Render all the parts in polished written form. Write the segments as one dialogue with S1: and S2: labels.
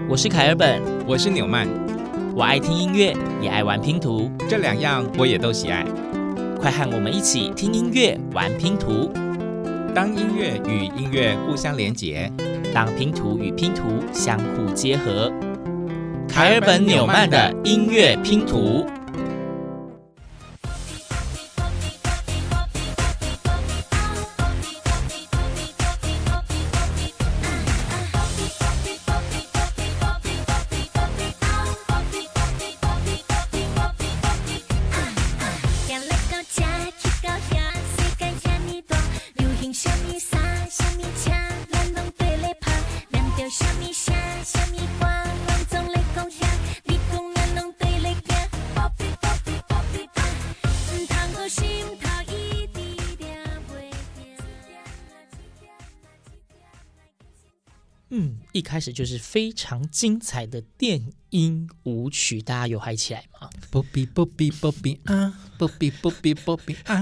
S1: 我是凯尔本，
S2: 我是纽曼。
S1: 我爱听音乐，也爱玩拼图，
S2: 这两样我也都喜爱。
S1: 快和我们一起听音乐，玩拼图。
S2: 当音乐与音乐互相连结，
S1: 当拼图与拼图相互结合。凯尔本纽曼的音乐拼图。一开始就是非常精彩的电音舞曲，大家有嗨起来吗？
S2: 波比波比波比啊，波比波比波比啊。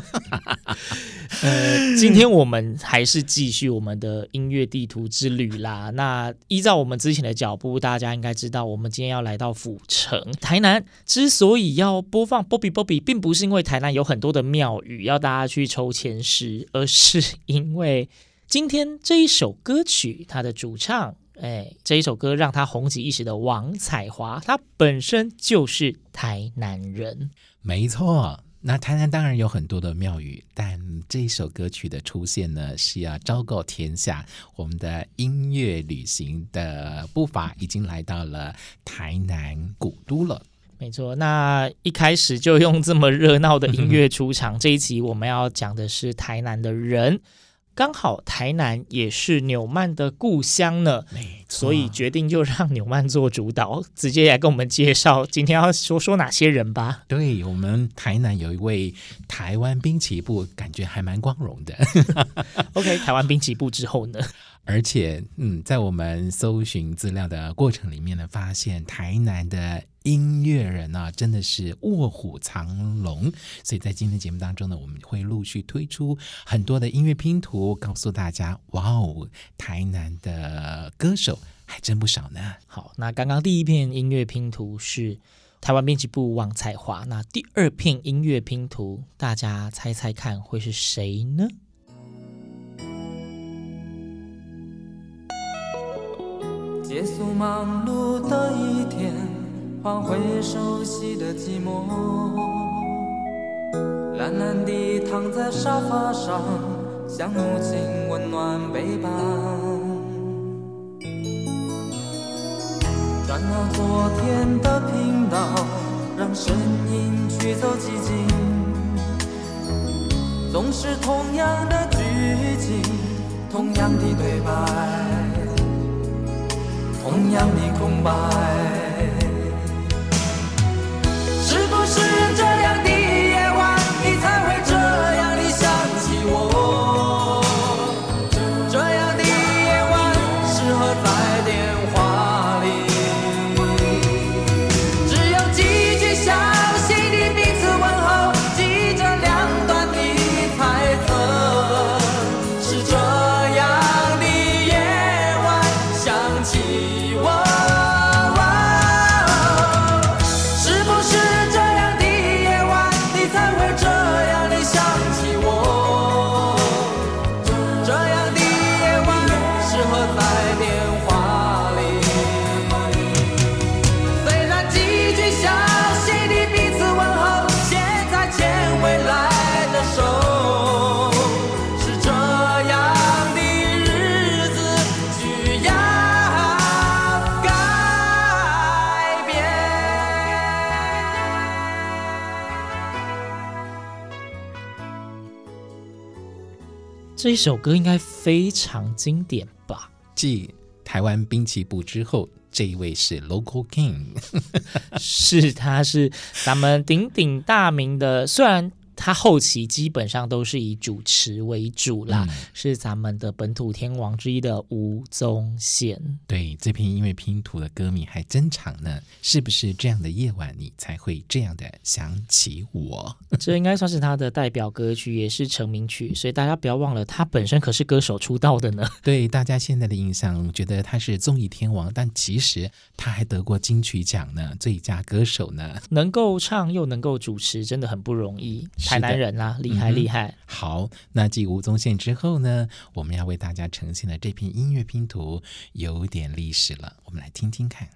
S1: 今天我们还是继续我们的音乐地图之旅啦。那依照我们之前的脚步，大家应该知道，我们今天要来到府城台南。之所以要播放波比波比，并不是因为台南有很多的庙宇要大家去抽签诗，而是因为今天这一首歌曲，它的主唱，这一首歌让他红极一时的王彩华，他本身就是台南人。
S2: 没错，那台南当然有很多的庙宇，但这一首歌曲的出现呢，是要昭告天下，我们的音乐旅行的步伐已经来到了台南古都了。
S1: 没错，那一开始就用这么热闹的音乐出场，这一集我们要讲的是台南的人。刚好台南也是纽曼的故乡呢，所以决定就让纽曼做主导，直接来跟我们介绍今天要说哪些人吧。
S2: 对，我们台南有一位台湾滨崎步，感觉还蛮光荣的。
S1: OK， 台湾滨崎步之后呢？
S2: 而且在我们搜寻资料的过程里面呢，发现台南的音乐人啊，真的是卧虎藏龙。所以在今天节目当中呢，我们会陆续推出很多的音乐拼图，告诉大家，哇哦，台南的歌手还真不少呢。
S1: 好，那刚刚第一片音乐拼图是台湾编辑部王彩华，那第二片音乐拼图，大家猜猜看会是谁呢？
S3: 结束忙碌的一天，换回熟悉的寂寞，懒懒地躺在沙发上，像母亲温暖背膀，转到昨天的频道，让声音驱走寂静，总是同样的剧情，同样的对白，同样的空白，是不是这样的夜晚，你才会这样的想起我？这样的夜晚适合在电话里，只有几句小心的彼此问候，记着两端的猜测，是这样的夜晚想起我。
S1: 这一首歌应该非常经典吧？
S2: 继台湾滨崎步之后，这一位是 Local King。
S1: 是，他是咱们鼎鼎大名的，虽然它后期基本上都是以主持为主啦，是咱们的本土天王之一的吴宗宪。
S2: 对，这篇音乐拼图的歌名还真长呢，是不是这样的夜晚你才会这样的想起我？
S1: 这应该算是他的代表歌曲，也是成名曲，所以大家不要忘了，他本身可是歌手出道的呢。
S2: 对，大家现在的印象觉得他是综艺天王，但其实他还得过金曲奖呢，最佳歌手呢。
S1: 能够唱又能够主持，真的很不容易。台南人啦，厉害厉害。
S2: 好，那继吴宗宪之后呢，我们要为大家呈现的这篇音乐拼图有点历史了，我们来听听看。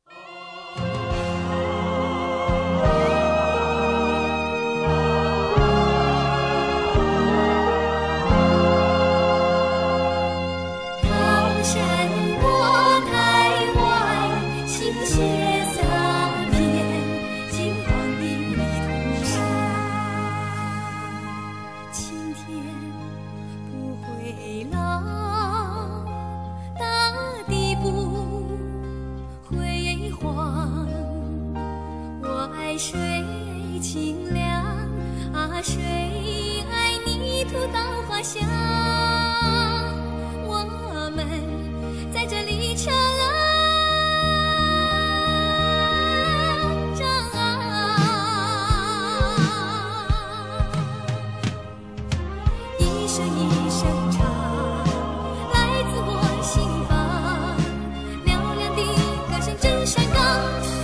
S4: 水清凉啊，谁爱泥土稻花香？我们在这里成长，一声一声唱，来自我心房，嘹亮的歌声真山岗。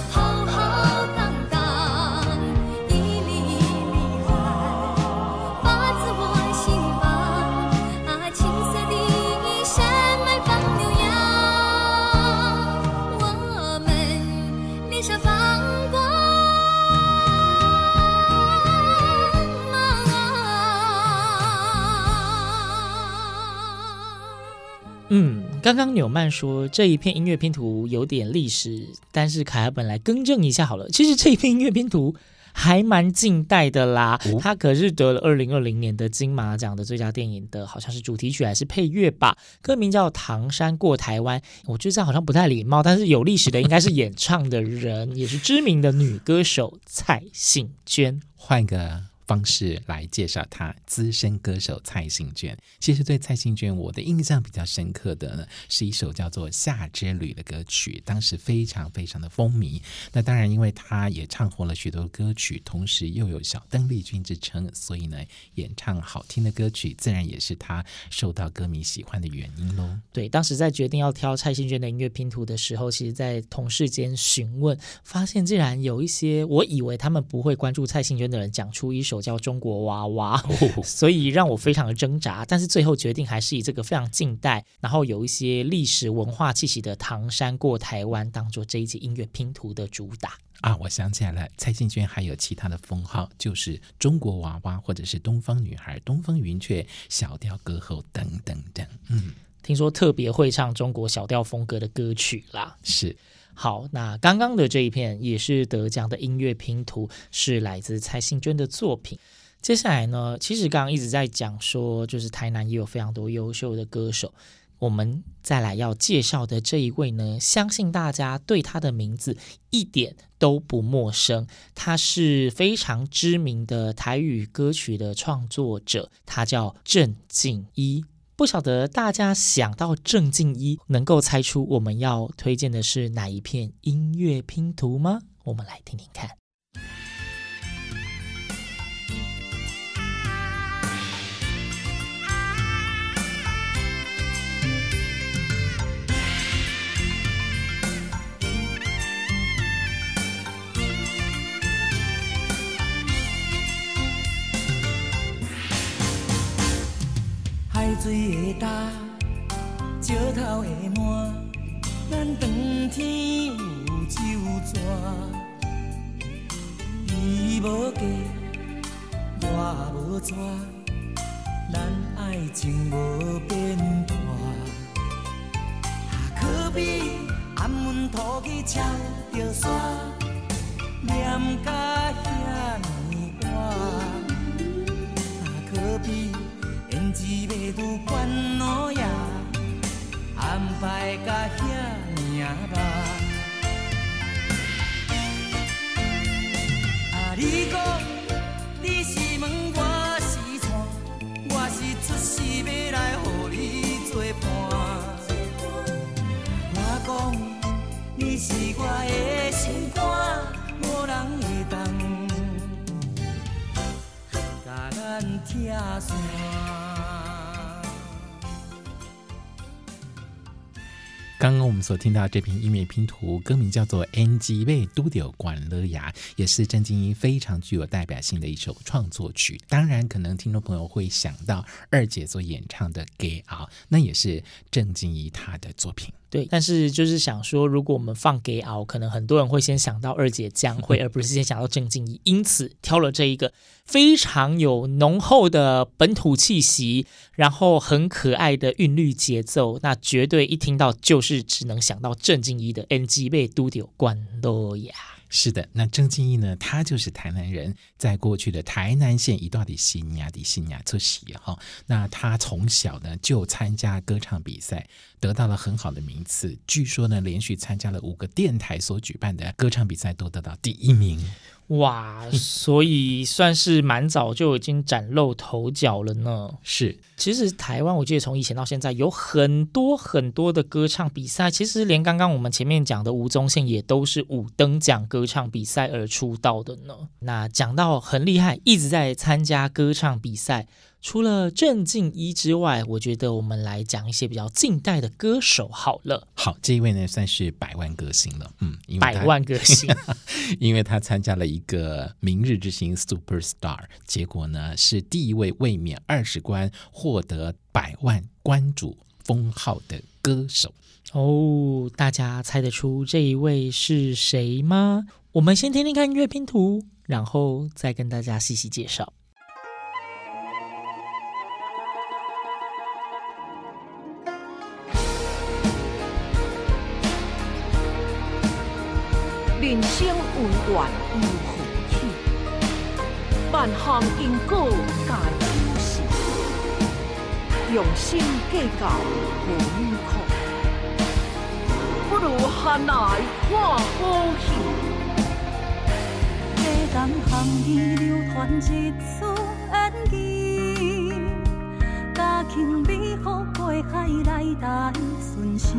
S1: 刚刚纽曼说这一片音乐拼图有点历史，但是凯尔本来更正一下好了，其实这一片音乐拼图还蛮近代的啦，他可是得了2020年的金马奖的最佳电影的，好像是主题曲还是配乐吧，歌名叫《唐山过台湾》。我觉得这样好像不太礼貌，但是有历史的应该是演唱的人也是知名的女歌手蔡幸娟。
S2: 换个方式来介绍她，资深歌手蔡幸娟。其实对蔡幸娟我的印象比较深刻的呢，是一首叫做《夏之旅》的歌曲，当时非常非常的风靡。那当然因为她也唱红了许多歌曲，同时又有小邓丽君之称，所以呢演唱好听的歌曲自然也是她受到歌迷喜欢的原因咯。
S1: 对，当时在决定要挑蔡幸娟的音乐拼图的时候，其实在同事间询问，发现竟然有一些我以为他们不会关注蔡幸娟的人讲出一首叫中国娃娃，所以让我非常的挣扎，但是最后决定还是以这个非常近代然后有一些历史文化气息的唐山过台湾当做这一集音乐拼图的主打
S2: 啊。我想起来了，蔡幸娟还有其他的封号，就是中国娃娃或者是东方女孩、东方云雀、小调歌后等等等。
S1: 听说特别会唱中国小调风格的歌曲啦。
S2: 是。
S1: 好，那刚刚的这一片也是得奖的音乐拼图，是来自蔡幸娟的作品。接下来呢，其实刚刚一直在讲说，就是台南也有非常多优秀的歌手。我们再来要介绍的这一位呢，相信大家对他的名字一点都不陌生，他是非常知名的台语歌曲的创作者，他叫郑敬一。不晓得大家想到郑敬一能够猜出我们要推荐的是哪一片音乐拼图吗？我们来听听看。
S3: 海水的干，石头的满，咱长天有酒泉。你无嫁，我无娶，咱爱情无变大。可比暗阮土去敲着沙，念甲遐尼晚。可比胭脂袂拄关老爷，安排甲遐尔慢。啊，你讲你是问我咱拆散。
S2: 刚刚我们所听到这篇音乐拼图，歌名叫做《NG 被都丢关了牙》，也是郑敬一非常具有代表性的一首创作曲。当然，可能听众朋友会想到二姐所演唱的《给熬》，那也是郑敬一她的作品。
S1: 对，但是就是想说，如果我们放给熬，可能很多人会先想到二姐江蕙，而不是先想到郑敬一，因此挑了这一个非常有浓厚的本土气息，然后很可爱的韵律节奏，那绝对一听到就是只能想到郑敬一的 NG 被都丢关了牙。
S2: 是的，那郑敬一呢，他就是台南人，在过去的台南县一段的新雅出席哈。那他从小呢就参加歌唱比赛，得到了很好的名次。据说呢，连续参加了5个电台所举办的歌唱比赛都得到第1名。
S1: 哇，所以算是蛮早就已经崭露头角了呢。
S2: 是，
S1: 其实台湾我记得从以前到现在有很多很多的歌唱比赛，其实连刚刚我们前面讲的吴宗宪也都是5等奖歌唱比赛而出道的呢。那讲到很厉害，一直在参加歌唱比赛，除了郑敬一之外，我觉得我们来讲一些比较近代的歌手好了。
S2: 好，这一位呢算是百万歌星了，因为
S1: 百万歌星
S2: 因为他参加了一个明日之星 Superstar， 结果呢是第一位卫冕20关获得100万关注封号的歌手。
S1: 哦，大家猜得出这一位是谁吗？我们先听听看音乐拼图，然后再跟大家细细介绍。
S5: 人生有缘有福气，万行因果皆有时，用心计较无怨苦，不如闲来看好戏。
S4: 人行义流传一出演技，家境美好过海来台顺时，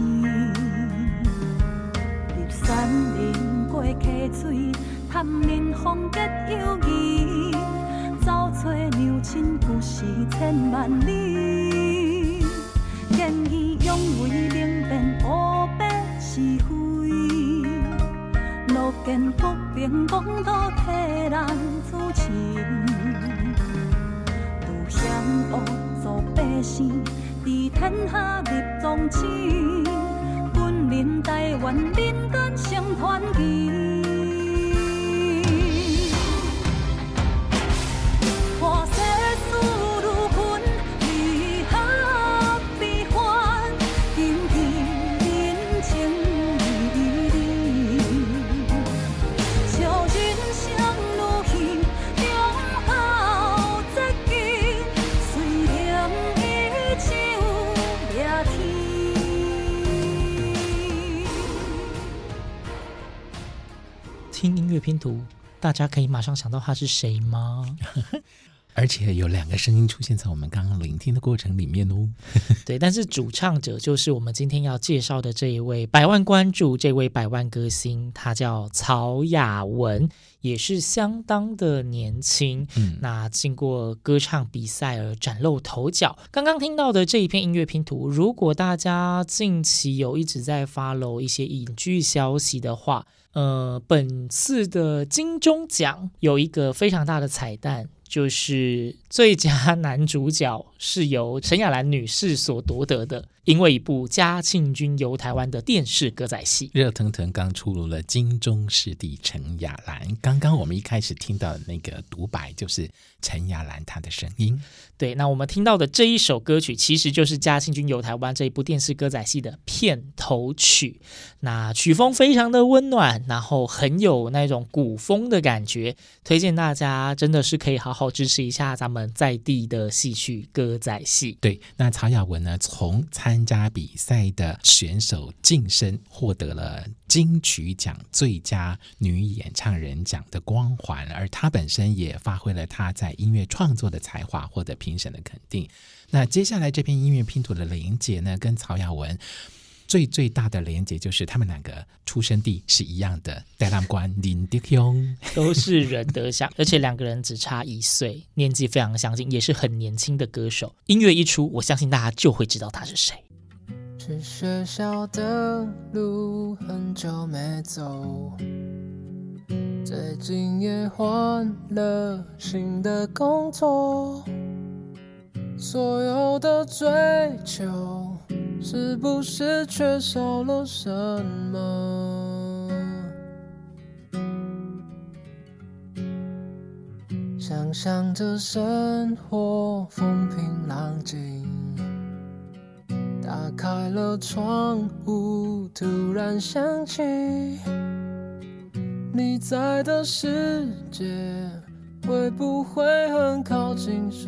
S4: 入山林过溪水，探民风结友谊，走找娘亲故事千万里，建议勇为明辨黑白是非。路见不平讲道替人主持，拄险恶做百姓，伫天下立宗旨，军民台湾民间成传奇。看世事如云，离合悲欢，经历人情义理。笑人生如戏，忠孝节义，虽然伊手掠天。
S1: 听音乐拼图，大家可以马上想到他是谁吗？
S2: 而且有2个声音出现在我们刚刚聆听的过程里面哦。
S1: 对，但是主唱者就是我们今天要介绍的这一位100万关注，这位100万歌星，他叫曹雅文，也是相当的年轻。那经过歌唱比赛而崭露头角。刚刚听到的这一篇音乐拼图，如果大家近期有一直在 follow 一些影剧消息的话，本次的金钟奖有一个非常大的彩蛋，就是最佳男主角是由陈雅兰女士所夺得的，因为一部嘉庆君游台湾的电视歌仔戏。
S2: 热腾腾刚出炉了金钟视帝陈雅兰，刚刚我们一开始听到的那个独白就是陈雅兰她的声音。
S1: 对，那我们听到的这一首歌曲其实就是嘉庆君游台湾这一部电视歌仔戏的片头曲。那曲风非常的温暖，然后很有那种古风的感觉，推荐大家真的是可以好好支持一下咱们在地的戏曲歌仔戏。
S2: 对，那曹雅文呢，从参加比赛的选手晋升，获得了金曲奖最佳女演唱人奖的光环，而她本身也发挥了她在音乐创作的才华，获得评审的肯定。那接下来这篇音乐拼图的连结呢，跟曹雅文最大的连结就是他们两个出生地是一样的，台南县林德乡，
S1: 都是仁德乡，而且两个人只差1岁，年纪非常相近，也是很年轻的歌手。音乐一出，我相信大家就会知道他是谁。
S3: 去学校的路很久没走，最近也换了新的工作，所有的追求是不是缺少了什么？想象着生活风平浪静，打开了窗户，突然想起你在的世界会不会很靠近水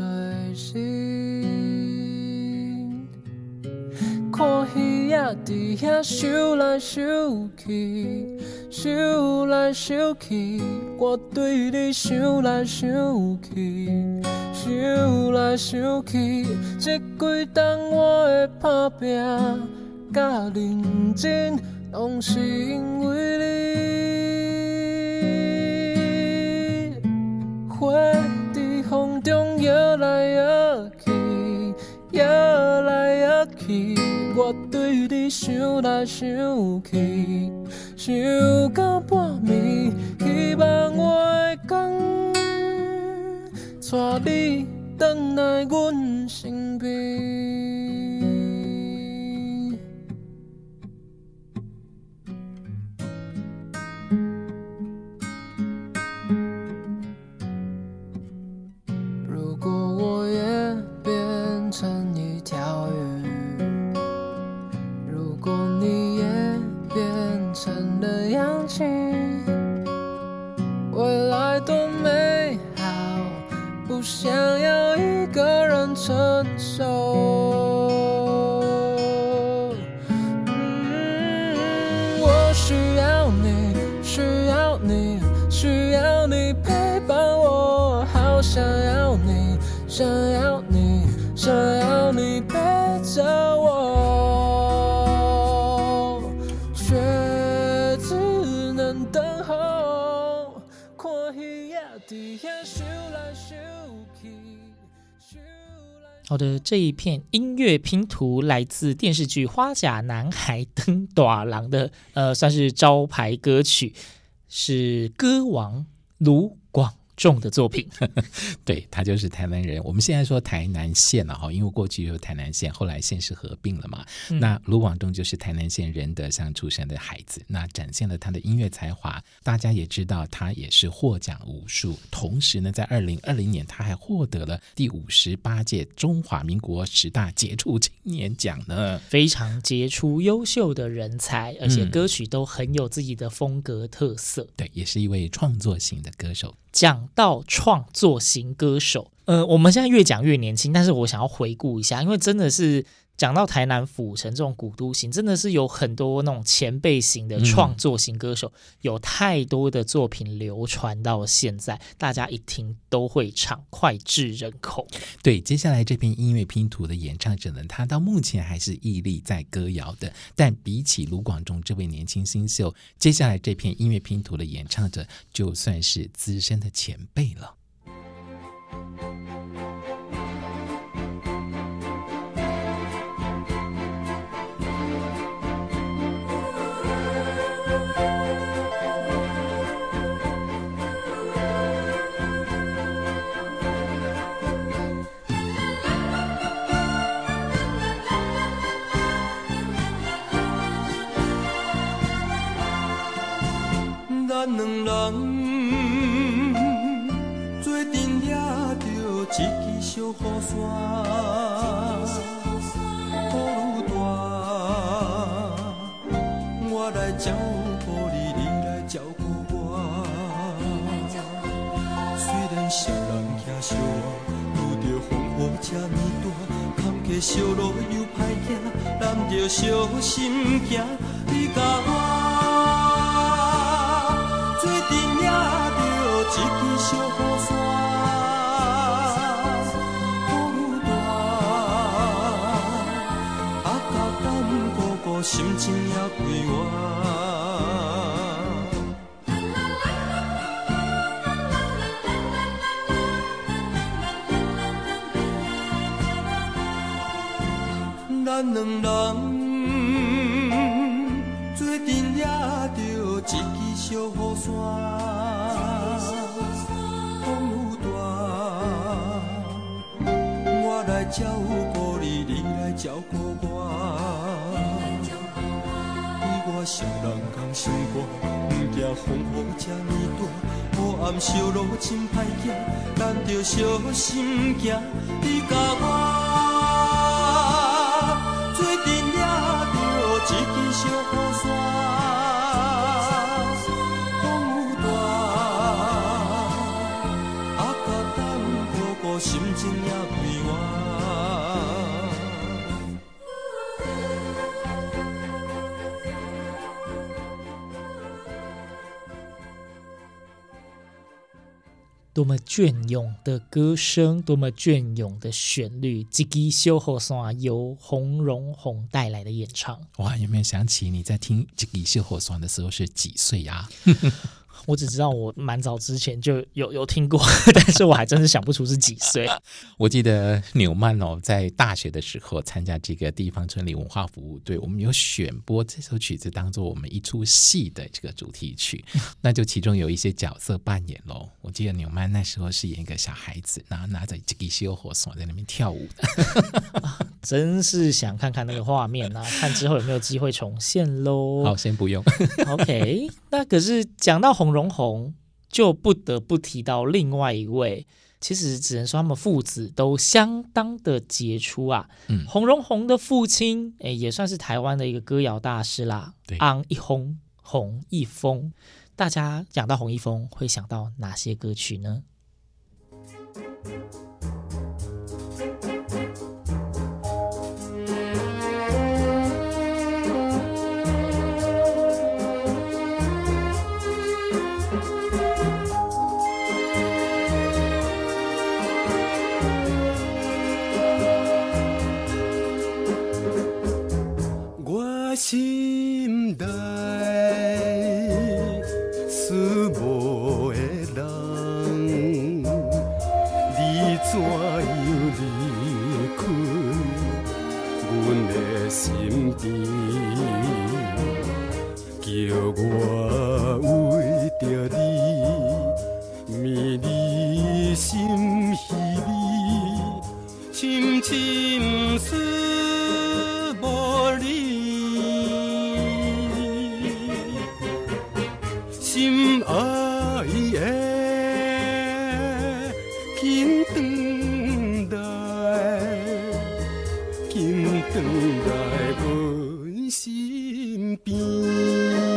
S3: 星？看鱼仔伫遐游来游去，游来游去，我对你想来想去，想来想去，这几冬我的打拼甲认真，拢是因为你。花在风中摇来摇去，摇来摇去，我对你想来想去，想到半暝，希望我的天带你回来阮身边。如果我也变成一条鱼，如果你也变成了氧气，未来多美好，不想要一个人承受。我需要你，需要你，需要你陪伴我，好想要你，想要你，想要你陪着我，却只能等候。看鱼仔伫遐游来游去。
S1: 好的，这一片音乐拼图来自电视剧《花甲男孩登大人》的算是招牌歌曲，是歌王卢广仲的作品。
S2: 对，他就是台南人。我们现在说台南县了哈，因为过去有台南县，后来县市合并了嘛。那卢广仲就是台南县仁德乡出生的孩子，那展现了他的音乐才华。大家也知道，他也是获奖无数。同时呢，在2020年，他还获得了第58届中华民国10大杰出青年奖呢。
S1: 非常杰出优秀的人才，而且歌曲都很有自己的风格特色。
S2: 对，也是一位创作型的歌手。
S1: 讲到创作型歌手，我们现在越讲越年轻，但是我想要回顾一下，因为真的是讲到台南府城这种古都型，真的是有很多那种前辈型的创作型歌手，有太多的作品流传到现在，大家一听都会唱，脍炙人口。
S2: 对，接下来这篇音乐拼图的演唱者呢，他到目前还是屹立在歌谣的，但比起卢广仲这位年轻新秀，接下来这篇音乐拼图的演唱者就算是资深的前辈了。
S6: 咱两人做阵抓着一支小雨伞，雨愈大，我来照顾你，你来照顾我。虽然小人行小路，遇着风雨这么大，坎坷小路又歹行，咱着小心行。你甲我。做阵抓着一支小雨伞，雨愈大，啊，甲咱哥哥心情也归我。咱两人做阵也着一支小雨伞，风雨大，我来照顾你，你来照顾我。你我双人共相伴，不惊风雨这呢大，黑暗小路真歹行，咱着小心行。你甲我。一支小雨伞，风雨大，甲咱顾顾心情也归我。
S1: 多么隽永的歌声，多么隽永的旋律，这支小雨伞由洪荣宏带来的演唱。
S2: 哇，有没有想起你在听这支小雨伞的时候是几岁呀？
S1: 我只知道我蛮早之前就有听过，但是我还真是想不出是几岁。
S2: 我记得纽曼在大学的时候参加这个地方村里文化服务队，我们有选播这首曲子当做我们一出戏的这个主题曲，那就其中有一些角色扮演咯。我记得纽曼那时候是演一个小孩子，然后拿着这支小雨伞在那边跳舞的。
S1: 真是想看看那个画面啊，看之后有没有机会重现咯。
S2: 好，先不用。
S1: OK， 那可是讲到洪荣宏，就不得不提到另外一位，其实只能说他们父子都相当的杰出啊。洪荣宏的父亲也算是台湾的一个歌谣大师啦，昂一洪，洪一峰。大家讲到洪一峰会想到哪些歌曲呢？
S6: 心内思无的人，你怎样离开阮的身边？叫我为着你，迷离心稀微，深深思无离。心爱的，紧转来，紧转来阮身边。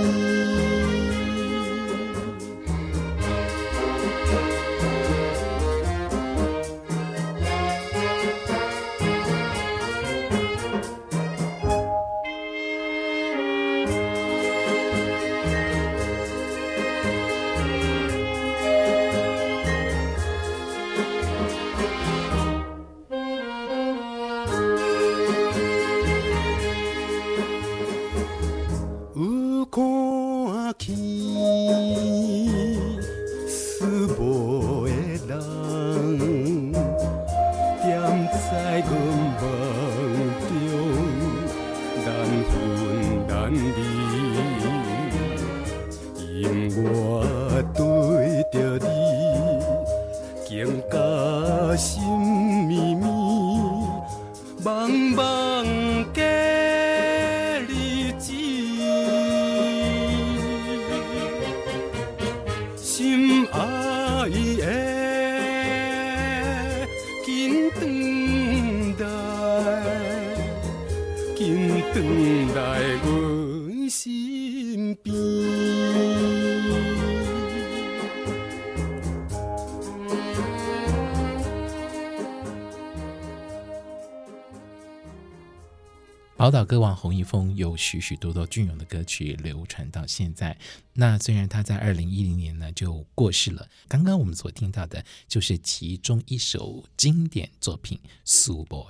S2: 宝岛歌王洪一峰有许许多多隽永的歌曲流传到现在。那虽然他在2010年呢就过世了，刚刚我们所听到的就是其中一首经典作品《苏波啦》。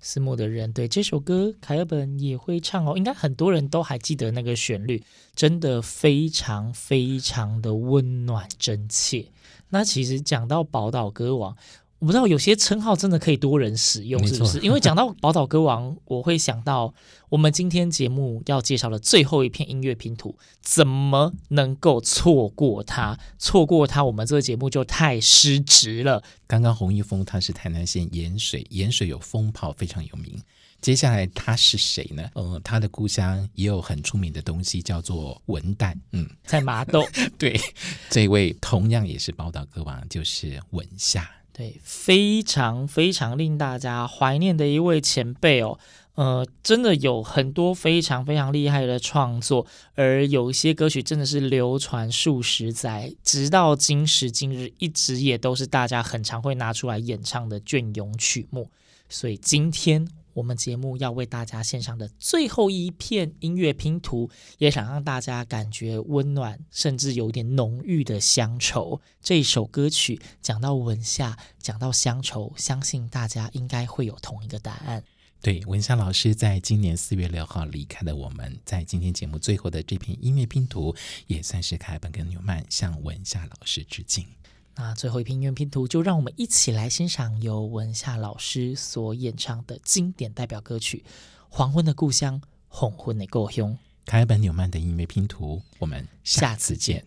S1: 思慕的人。对，这首歌凯尔本也会唱哦，应该很多人都还记得那个旋律，真的非常非常的温暖真切。那其实讲到宝岛歌王，我不知道有些称号真的可以多人使用，是不是？因为讲到宝岛歌王，我会想到我们今天节目要介绍的最后一片音乐拼图，怎么能够错过它？错过它，我们这个节目就太失职了。
S2: 刚刚洪一峰他是台南县盐水有风炮非常有名。接下来他是谁呢？他的故乡也有很出名的东西，叫做文旦。
S1: 在麻豆。
S2: 对，这位同样也是宝岛歌王，就是文夏。
S1: 对，非常非常令大家怀念的一位前辈哦。真的有很多非常非常厉害的创作，而有一些歌曲真的是流传数十载，直到今时今日，一直也都是大家很常会拿出来演唱的隽永曲目。所以今天我们节目要为大家献上的最后一片音乐拼图，也想让大家感觉温暖，甚至有点浓郁的乡愁。这一首歌曲讲到文夏，讲到乡愁，相信大家应该会有同一个答案。
S2: 对，文夏老师在今年4月6号离开了我们，在今天节目最后的这片音乐拼图，也算是凯尔本跟纽曼向文夏老师致敬。
S1: 那最后一片音乐拼图，就让我们一起来欣赏由文夏老师所演唱的经典代表歌曲《黄昏的故乡，红昏的故乡》。
S2: 凯尔本纽曼的音乐拼图，我们下次见。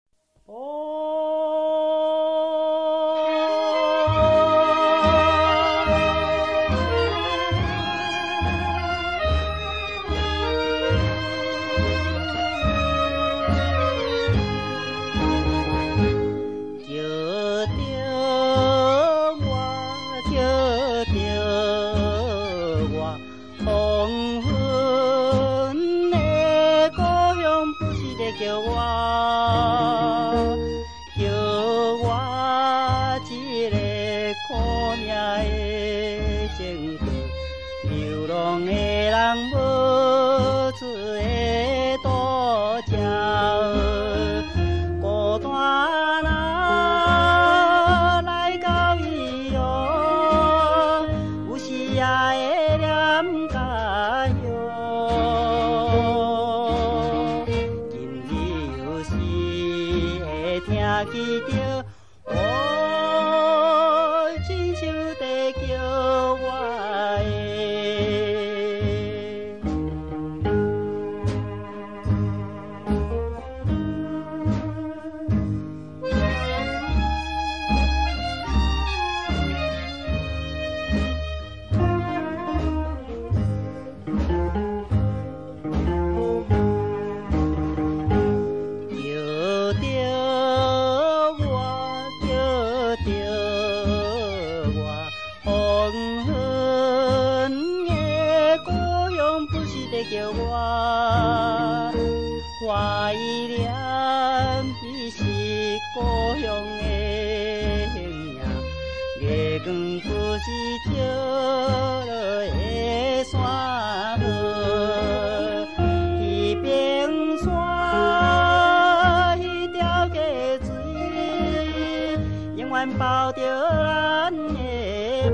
S3: 抱着咱的梦，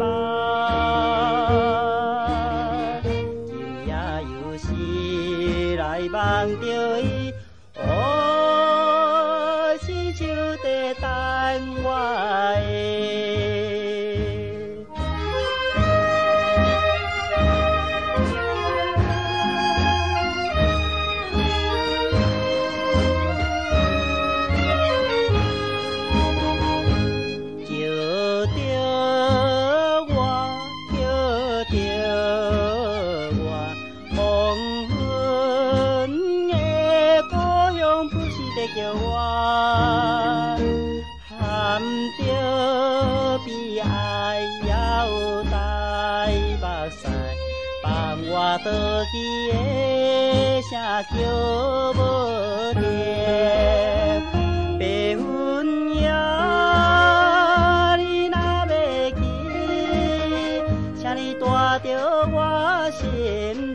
S3: 今夜又是来梦着伊，哦，是像在等我的。叫我含着悲哀还有大目屎，放我倒去的声叫无停。白云也你若要去，请你带着我心。